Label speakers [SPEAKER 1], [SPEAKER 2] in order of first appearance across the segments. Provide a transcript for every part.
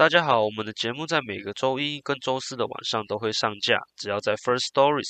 [SPEAKER 1] 大家好，我们的节目在每个周一跟周四的晚上都会上架，只要在 First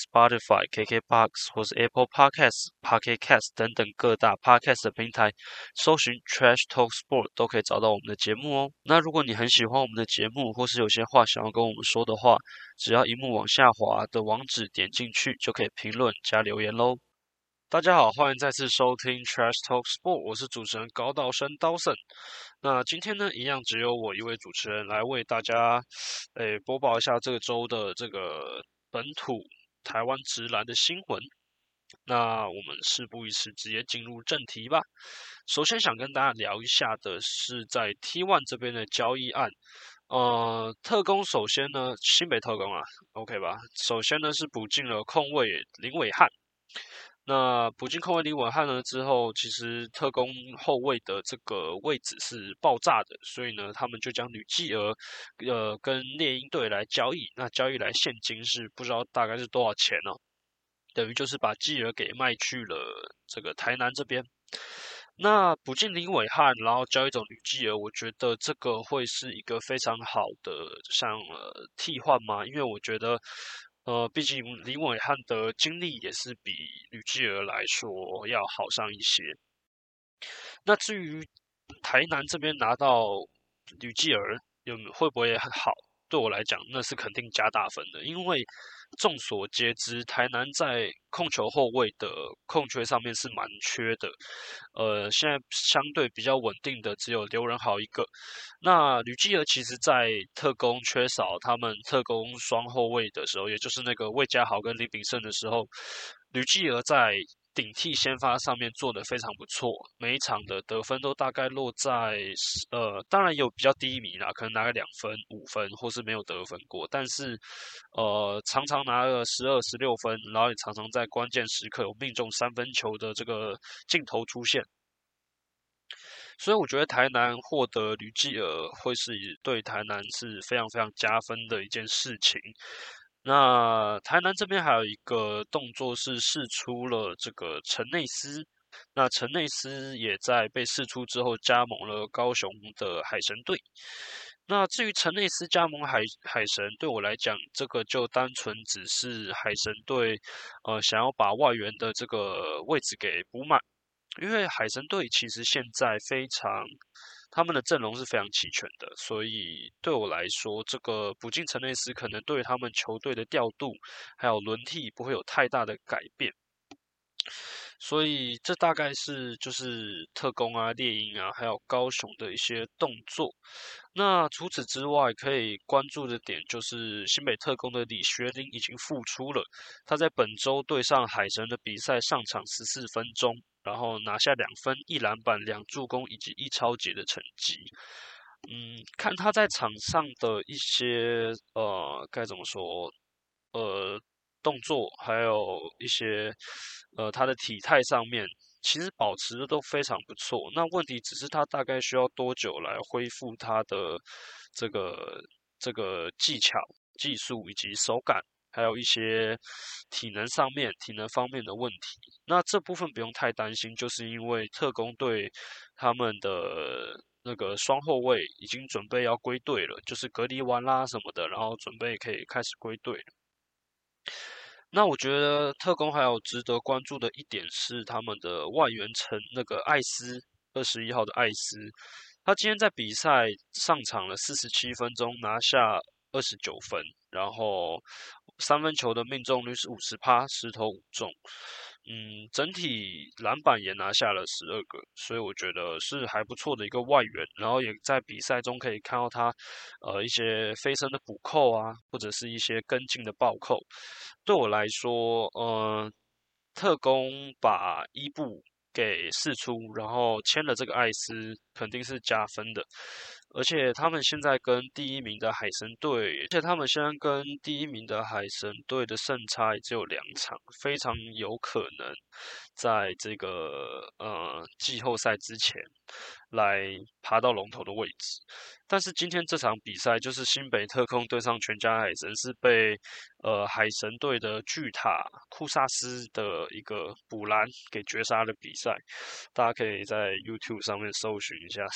[SPEAKER 1] Story、Spotify、KKBox 或是 Apple Podcasts、Pocket Cast 等等各大 Podcast 的平台搜寻 Trash Talk Sport 都可以找到我们的节目哦。那如果你很喜欢我们的节目，或是有些话想要跟我们说的话，只要一幕往下滑的网址点进去，就可以评论加留言喽。大家好，欢迎再次收听 Trash Talk Sport，我是主持人高道生 Dawson。那今天呢，一样只有我一位主持人来为大家，播报一下这个周的这个本土台湾直男的新闻。那我们事不宜迟，直接进入正题吧。首先想跟大家聊一下的是在 T1 这边的交易案。特工首先呢，新北特工啊，OK 吧？首先呢是补进了控卫林伟汉。那补进控卫林伟汉呢之后，其实特工后卫的这个位置是爆炸的，所以呢，他们就将吕继娥，跟猎鹰队来交易。那交易来现金是不知道大概是多少钱呢、等于就是把继娥给卖去了这个台南这边。那补进林伟汉，然后交易走吕继娥，我觉得这个会是一个非常好的像替换嘛，因为我觉得毕竟林伟汉的经历也是比吕继娥来说要好上一些。那至于台南这边拿到吕继尔会不会很好？对我来讲，那是肯定加大分的，因为众所皆知，台南在控球后卫的空缺上面是蛮缺的。现在相对比较稳定的只有刘仁豪一个。那吕继尔其实在特工缺少他们特工双后卫的时候，也就是那个魏家豪跟李炳胜的时候，吕继尔在顶替先发上面做得非常不错，每一场的得分都大概落在当然有比较低迷啦，可能拿个2分、5分，或是没有得分过，但是常常拿个12、16分，然后也常常在关键时刻有命中3分球的这个镜头出现。所以我觉得台南获得吕继尔会是对台南是非常非常加分的一件事情。那台南这边还有一个动作是释出了这个陈内斯，那陈内斯也在被释出之后加盟了高雄的海神队。那至于陈内斯加盟海神，对我来讲，这个就单纯只是海神队想要把外援的这个位置给补满。因为海神队其实现在他们的阵容是非常齐全的，所以对我来说，这个补进陈内斯可能对他们球队的调度还有轮替不会有太大的改变。所以这大概是就是特工啊、猎鹰啊，还有高雄的一些动作。那除此之外，可以关注的点就是新北特工的李学林已经复出了。他在本周对上海神的比赛上场14分钟，然后拿下2分、1篮板、2助攻以及1抄截的成绩。看他在场上的一些该怎么说呃动作，还有一些他的体态上面，其实保持的都非常不错。那问题只是他大概需要多久来恢复他的这个技巧、技术以及手感，还有一些体能方面的问题。那这部分不用太担心，就是因为特工队他们的那个双后卫已经准备要归队了，就是隔离完啦什么的，然后准备可以开始归队了。那我觉得特工还有值得关注的一点是他们的外援城那个艾斯21号的艾斯，他今天在比赛上场了47分钟，拿下29分，然后3分球的命中率是50%，10投5中。整体篮板也拿下了12个，所以我觉得是还不错的一个外援。然后也在比赛中可以看到他一些飞身的补扣啊，或者是一些跟进的暴扣。对我来说，特工把伊布给释出，然后签了这个艾斯，肯定是加分的。而且他们现在跟第一名的海神队，而且他们现在跟第一名的海神队的胜差也只有2场，非常有可能在这个季后赛之前来爬到龙头的位置。但是今天这场比赛就是新北特空对上全家海神，是被海神队的巨塔库萨斯的一个补篮给绝杀的比赛。大家可以在 YouTube 上面搜寻一下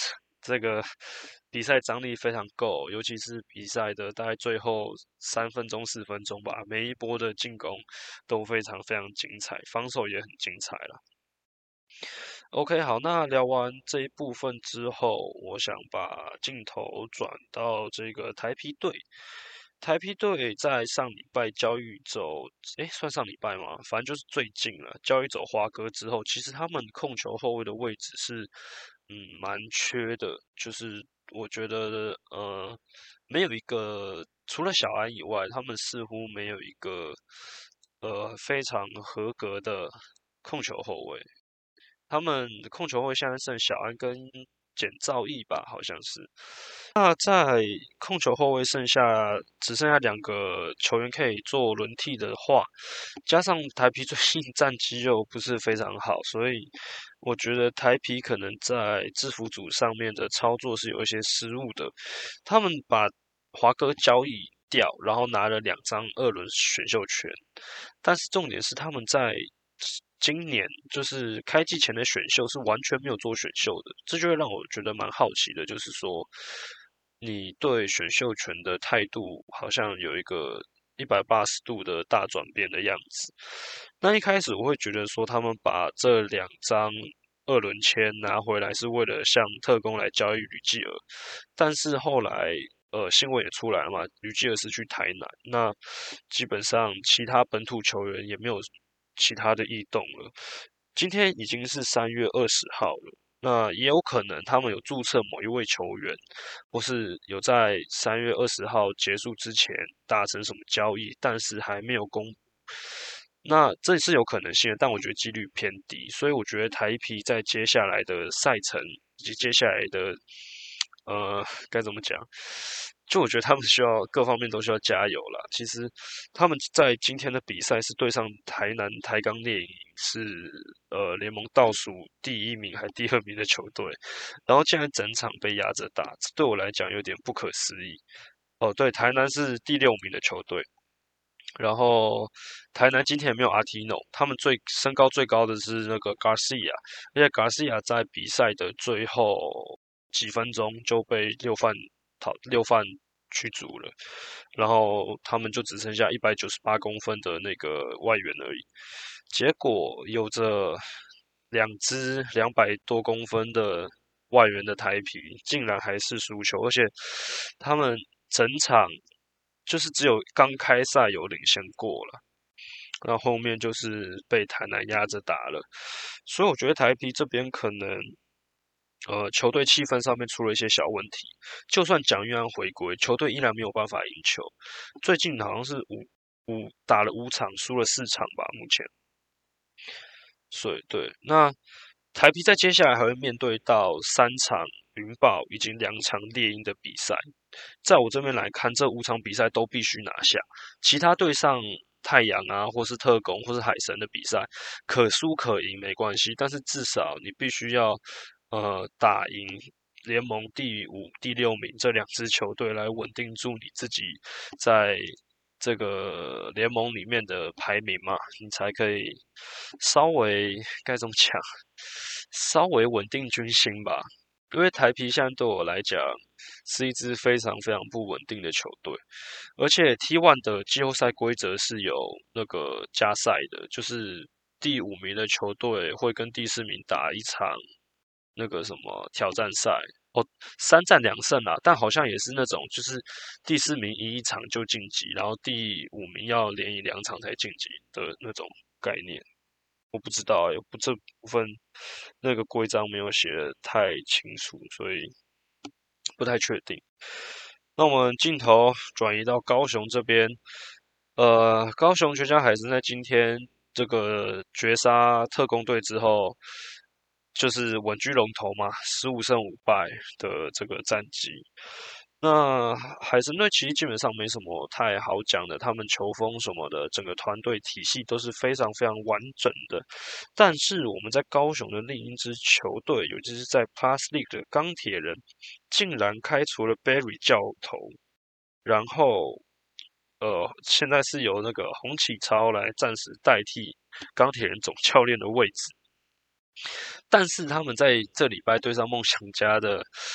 [SPEAKER 1] 这个比赛张力非常够，尤其是比赛的大概最后3分钟4分钟吧，每一波的进攻都非常非常精彩，防守也很精彩了。OK，好，那聊完这一部分之后，我想把镜头转到这个台啤队。台啤队在上礼拜交易走，算上礼拜吗？反正就是最近了。交易走华哥之后，其实他们控球后卫的位置是，蛮缺的。就是我觉得，没有一个除了小安以外，他们似乎没有一个，非常合格的控球后卫。他们控球后卫现在剩小安跟简兆毅吧，好像是。那在控球后卫只剩下2个球员可以做轮替的话，加上台啤最近战绩又不是非常好，所以我觉得台啤可能在制服组上面的操作是有一些失误的。他们把华哥交易掉，然后拿了2张2轮选秀权，但是重点是他们在今年就是开季前的选秀是完全没有做选秀的，这就会让我觉得蛮好奇的，就是说你对选秀权的态度好像有一个180度的大转变的样子。那一开始我会觉得说他们把这2张2轮签拿回来是为了向特工来交易吕继尔，但是后来新闻也出来了嘛，吕继尔是去台南，那基本上其他本土球员也没有其他的异动了。今天已经是3月20号了，那也有可能他们有注册某一位球员，或是有在3月20号结束之前达成什么交易，但是还没有公布。那这是有可能性的，但我觉得几率偏低，所以我觉得台啤在接下来的赛程以及接下来的该怎么讲？就我觉得他们需要各方面都需要加油啦。其实他们在今天的比赛是对上台南台钢猎鹰，是联盟倒数第1名还第2名的球队，然后竟然整场被压着打，这对我来讲有点不可思议。哦，对，台南是第6名的球队，然后台南今天也没有阿提诺，他们身高最高的是那个 Garcia，而且 Garcia 在比赛的最后几分钟就被六犯驱逐了，然后他们就只剩下198公分的那个外援而已。结果有着2只200多公分的外援的台皮，竟然还是输球，而且他们整场就是只有刚开赛有领先过了，那后面就是被台南压着打了，所以我觉得台皮这边可能球队气氛上面出了一些小问题，就算蒋玉安回归，球队依然没有办法赢球。最近好像是打了5场，输了4场吧，目前。所以对，那台啤在接下来还会面对到3场云豹以及2场猎鹰的比赛。在我这边来看，这5场比赛都必须拿下。其他对上太阳啊，或是特工，或是海神的比赛，可输可赢没关系，但是至少你必须要打赢联盟第5、第6名这2支球队，来稳定住你自己在这个联盟里面的排名嘛，你才可以稍微该怎么讲，稍微稳定军心吧。因为台啤现在对我来讲是一支非常非常不稳定的球队，而且 T1 的季后赛规则是有那个加赛的，就是第5名的球队会跟第4名打一场那个什么挑战赛哦，3战2胜啊，但好像也是那种就是第4名赢一场就晋级，然后第5名要连赢2场才晋级的那种概念。我不知道这部分那个规章没有写的太清楚，所以不太确定。那我们镜头转移到高雄这边，高雄全家海神在今天这个绝杀特工队之后，就是稳居龙头嘛，15胜5败的这个战绩。那海神队其实基本上没什么太好讲的，他们球风什么的，整个团队体系都是非常非常完整的。但是我们在高雄的另一支球队，尤其是在 Plus League 的钢铁人，竟然开除了 Barry 教头，然后现在是由那个洪启超来暂时代替钢铁人总教练的位置。但是他们在这礼拜对上梦想家的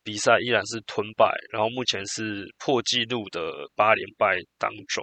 [SPEAKER 1] 比赛依然是吞败，然后目前是破纪录的8连败当中。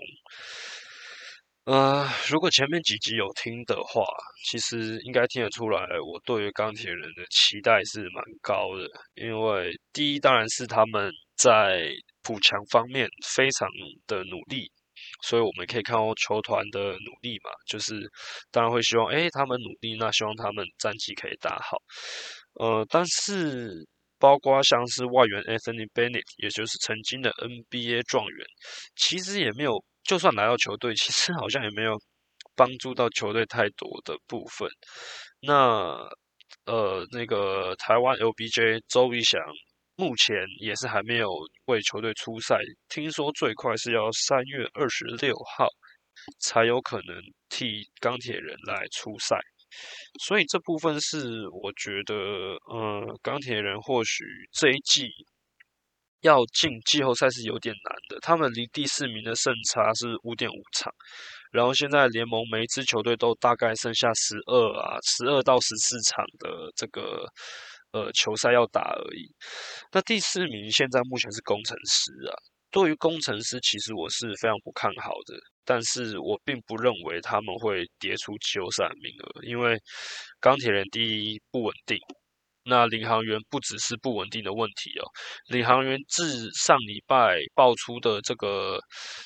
[SPEAKER 1] 如果前面几集有听的话，其实应该听得出来，我对于钢铁人的期待是蛮高的。因为第一当然是他们在补强方面非常的努力，所以我们可以看到球团的努力嘛，就是当然会希望，他们努力，那希望他们战绩可以打好。但是包括像是外援 Anthony Bennett，也就是曾经的 NBA 状元，其实也没有，就算来到球队，其实好像也没有帮助到球队太多的部分。那那个台湾 LBJ 周一翔目前也是还没有为球队出赛，听说最快是要3月26号才有可能替钢铁人来出赛。所以这部分是我觉得，钢铁人或许这一季要进季后赛是有点难的。他们离第4名的胜差是5.5场，然后现在联盟每一支球队都大概剩下12到14场的这个球赛要打而已。那第4名现在目前是工程师啊。对于工程师，其实我是非常不看好的。但是我并不认为他们会跌出季后赛名额，因为钢铁人第一不稳定，那领航员不只是不稳定的问题哦，领航员自上礼拜爆出的这个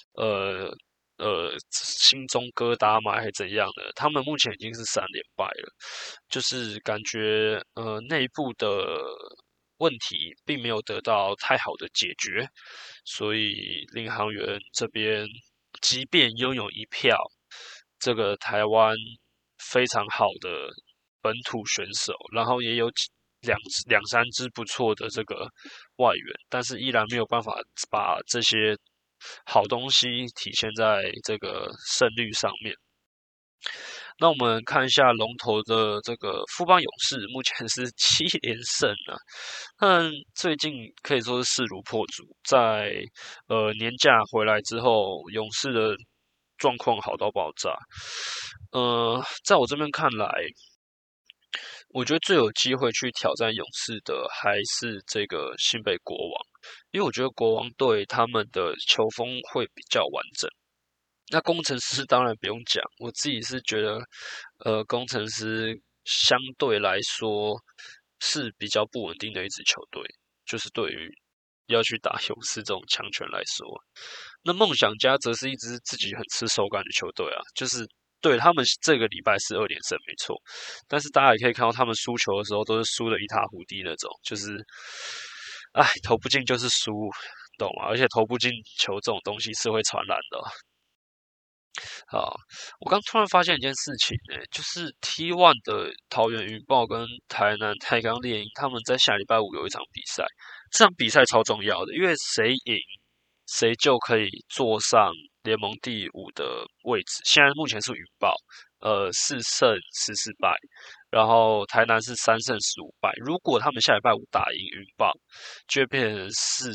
[SPEAKER 1] 心中疙瘩嘛，还是怎样的，他们目前已经是3连败了，就是感觉内部的问题并没有得到太好的解决，所以领航员这边即便拥有一票这个台湾非常好的本土选手，然后也有两三支不错的这个外援，但是依然没有办法把这些好东西体现在这个胜率上面。那我们看一下龙头的这个富邦勇士，目前是7连胜啊，但最近可以说是势如破竹，在年假回来之后，勇士的状况好到爆炸。在我这边看来，我觉得最有机会去挑战勇士的还是这个新北国王，因为我觉得国王队他们的球风会比较完整。那工程师当然不用讲，我自己是觉得，工程师相对来说是比较不稳定的一支球队，就是对于要去打勇士这种强权来说，那梦想家则是一支自己很吃手感的球队啊，就是对他们这个礼拜是2连胜没错，但是大家也可以看到他们输球的时候都是输得一塌糊地那种，就是，投不进就是输，懂吗？而且投不进球这种东西是会传染的哦。好，我刚突然发现一件事情就是 T1 的桃园云豹跟台南太钢猎鹰，他们在下礼拜五有一场比赛，这场比赛超重要的，因为谁赢，谁就可以坐上联盟第5的位置。现在目前是云豹4胜14败，然后台南是3胜15败。如果他们下礼拜五打赢云豹，就会变成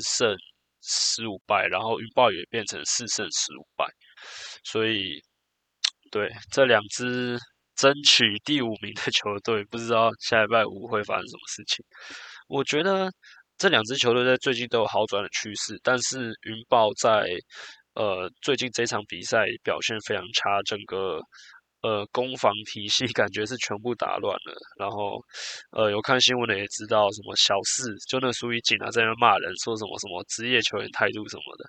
[SPEAKER 1] 4胜15败，然后云豹也变成4胜15败。所以，对这两支争取第5名的球队，不知道下礼拜五会发生什么事情。我觉得这两支球队在最近都有好转的趋势，但是云豹在最近这场比赛表现非常差，整个攻防体系感觉是全部打乱了。然后有看新闻的也知道，什么小四就那苏一锦在那边骂人，说什么什么职业球员态度什么的。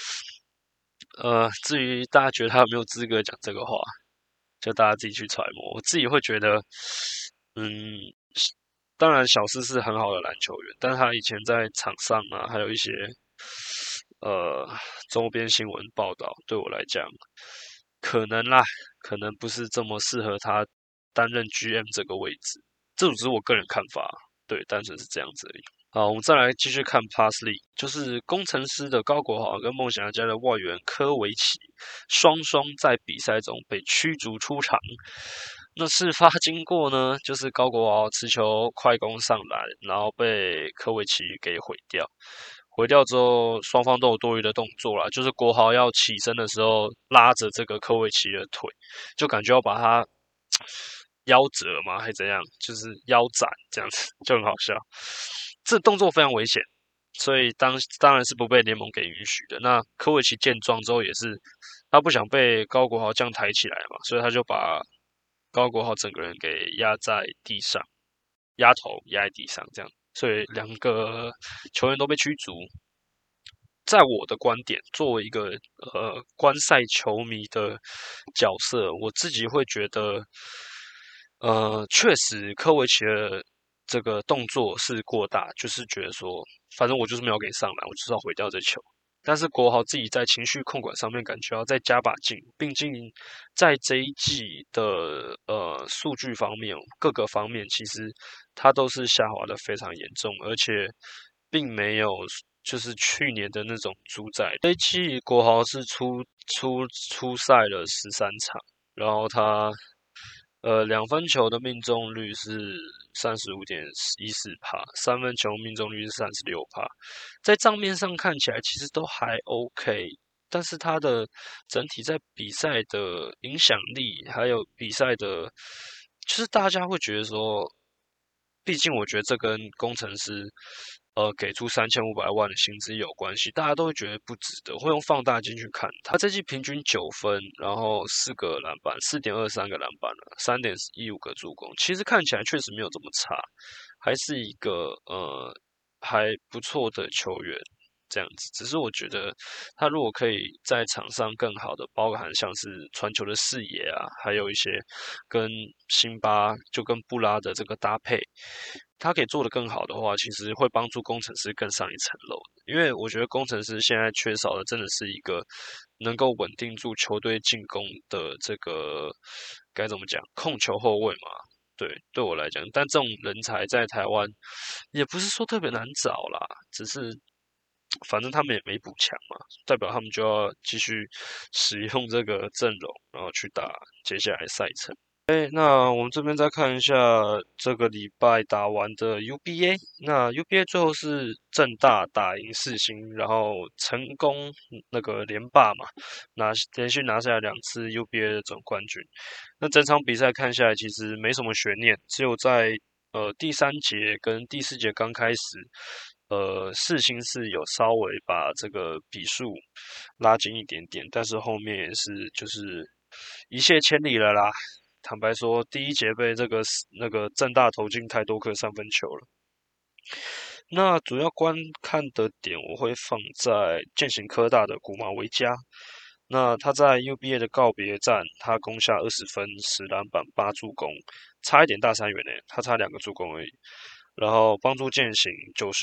[SPEAKER 1] 至于大家觉得他有没有资格讲这个话，就大家自己去揣摩。我自己会觉得，嗯，当然小斯是很好的篮球员，但是他以前在场上啊，还有一些呃周边新闻报道，对我来讲，可能啦，可能不是这么适合他担任 GM 这个位置。这只是我个人看法，对，单纯是这样子而已。好，我们再来继续看 Parsley，就是工程师的高国豪跟梦想家的外援科维奇，双双在比赛中被驱逐出场。那事发经过呢，就是高国豪持球快攻上篮，然后被科维奇给毁掉。毁掉之后，双方都有多余的动作啦，就是国豪要起身的时候拉着这个科维奇的腿，就感觉要把他夭折吗？还怎样？就是腰斩这样子，就很好笑。这动作非常危险， 所以当然是不被联盟给允许的。那科维奇见状之后也是，他不想被高国豪这样抬起来嘛，所以他就把高国豪整个人给压在地上，压头压在地上这样，所以两个球员都被驱逐。在我的观点，作为一个观赛球迷的角色，我自己会觉得，确实科维奇的这个动作是过大，就是觉得说，反正我就是没有给上篮，我就是要毁掉这球。但是国豪自己在情绪控管上面感觉要再加把劲，毕竟在这一季的数据方面，各个方面其实他都是下滑的非常严重，而且并没有就是去年的那种主宰。这一季国豪是出赛了13场，然后他两分球的命中率是35.14%，三分球命中率是36%，在账面上看起来其实都还 OK，但是他的整体在比赛的影响力，还有比赛的，就是大家会觉得说，毕竟我觉得这跟工程师给出3500万的薪资有关系，大家都会觉得不值得，会用放大镜去看他这季平均9分，然后4个篮板，4.23个篮板了，3.15个助攻，其实看起来确实没有这么差，还是一个还不错的球员。这样子，只是我觉得他如果可以在场上更好的包含像是传球的视野啊，还有一些跟辛巴就跟布拉的这个搭配，他可以做得更好的话，其实会帮助工程师更上一层楼。因为我觉得工程师现在缺少的真的是一个能够稳定住球队进攻的这个该怎么讲控球后卫嘛。对我来讲，但这种人才在台湾也不是说特别难找啦，只是反正他们也没补强嘛，代表他们就要继续使用这个阵容，然后去打接下来赛程。那我们这边再看一下这个礼拜打完的 UBA。那 UBA 最后是正大打赢世新，然后成功那个连霸嘛，连续拿下来2次 UBA 的总冠军。那整场比赛看下来，其实没什么悬念，只有在第3节跟第4节刚开始，世新是有稍微把这个比数拉近一点点，但是后面也是就是一泻千里了啦。坦白说，第1节被那个正大投进太多颗三分球了。那主要观看的点我会放在践行科大的古马维加。那他在 UBA 的告别战，他攻下20分、10篮板、8助攻，差一点大三元诶，他差2个助攻而已。然后帮助践行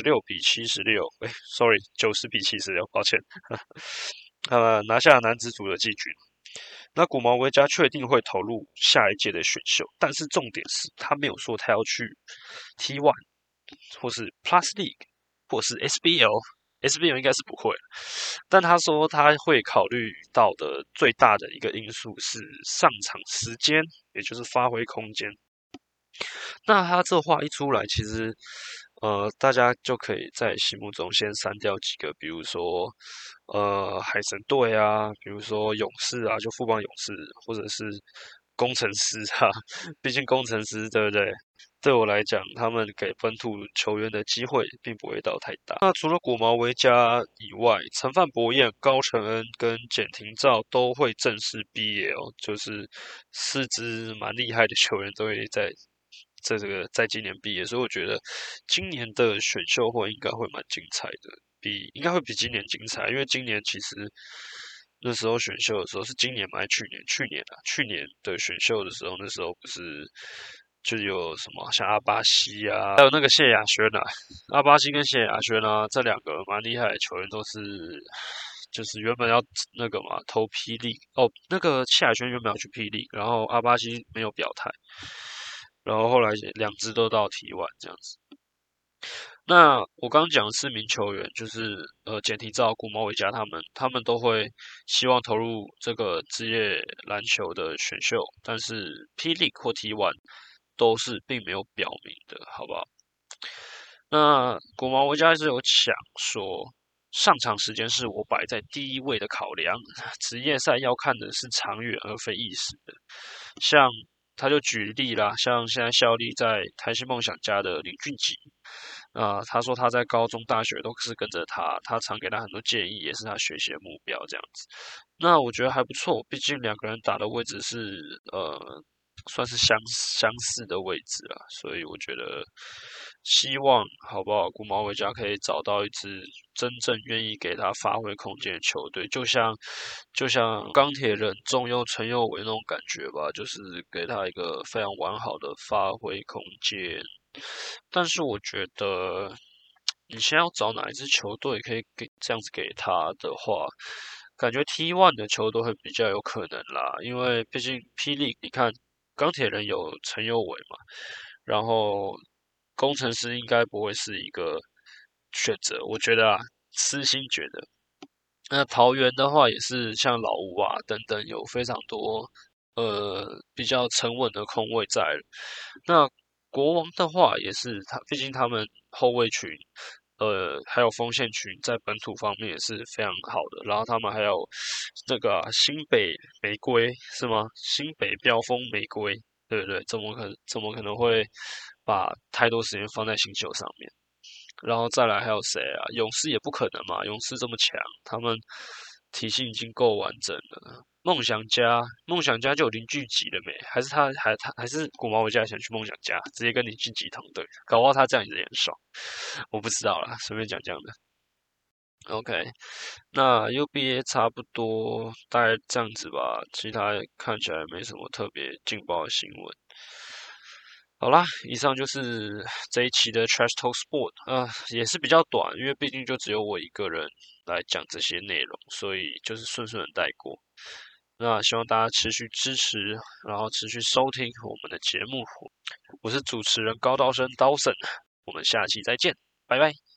[SPEAKER 1] 96-76，sorry，90-76，抱歉，拿下男子组的季军。那古毛维加确定会投入下一届的选秀，但是重点是他没有说他要去 T1 或是 Plus League 或是 SBL 应该是不会，但他说他会考虑到的最大的一个因素是上场时间，也就是发挥空间。那他这话一出来，其实大家就可以在心目中先删掉几个，比如说海神队啊，比如说勇士啊，就富邦勇士，或者是工程师啊，毕竟工程师对不对？对我来讲，他们给本土球员的机会并不会到太大。那除了古毛维加以外，陈范博彦、高承恩跟简廷照都会正式毕业哦，就是4支蛮厉害的球员都会在今年毕业，所以我觉得今年的选秀会应该会蛮精彩的，应该会比今年精彩，因为今年其实那时候选秀的时候是今年吗？还是去年？去年的选秀的时候，那时候不是就有什么像阿巴西啊，还有那个谢亚轩啊，阿巴西跟谢亚轩啊，这2个蛮厉害的球员都是。就是原本要那个嘛投霹雳哦，那个谢亚轩原本要去霹雳，然后阿巴西没有表态，然后后来2支都到T1这样子。那我刚刚讲的4名球员，就是简体照、古毛维加他们都会希望投入这个职业篮球的选秀，但是霹雳或 T1都是并没有表明的，好不好？那古毛维加是有讲说，上场时间是我摆在第一位的考量，职业赛要看的是长远而非一时的。像他就举例啦，像现在效力在台新梦想家的林俊杰， 他说他在高中、大学都是跟着他，他常给他很多建议，也是他学习的目标这样子。那我觉得还不错，毕竟两个人打的位置是算是相似的位置啦，所以我觉得希望好不好，古毛维加可以找到一支真正愿意给他发挥空间的球队，就像钢铁人重用陈佑伟那种感觉吧，就是给他一个非常完好的发挥空间。但是我觉得，你先要找哪一支球队可以这样子给他的话，感觉 T1 的球队会比较有可能啦，因为毕竟霹雳，你看钢铁人有陈佑伟嘛，然后工程师应该不会是一个选择，我觉得啊，私心觉得。那桃园的话也是像老吴啊等等，有非常多比较沉稳的控卫在了。那国王的话也是毕竟他们后卫群，还有锋线群在本土方面也是非常好的。然后他们还有这个新北玫瑰是吗？新北飙风玫瑰，对不对？怎么可能会把太多时间放在新秀上面？然后再来还有谁啊？勇士也不可能嘛，勇士这么强，他们体系已经够完整了。梦想家就有零聚集了没？还是还是古毛维加想去梦想家，直接跟你晋级同队？搞不好他这样也很爽，我不知道啦，随便讲讲的。OK，那 UBA 差不多大概这样子吧，其他看起来没什么特别劲爆的新闻。好啦，以上就是这一期的 Trash Talk Sport，也是比较短，因为毕竟就只有我一个人来讲这些内容，所以就是顺顺的带过。那希望大家持续支持，然后持续收听我们的节目。我是主持人高道生 Dawson，我们下期再见，拜拜。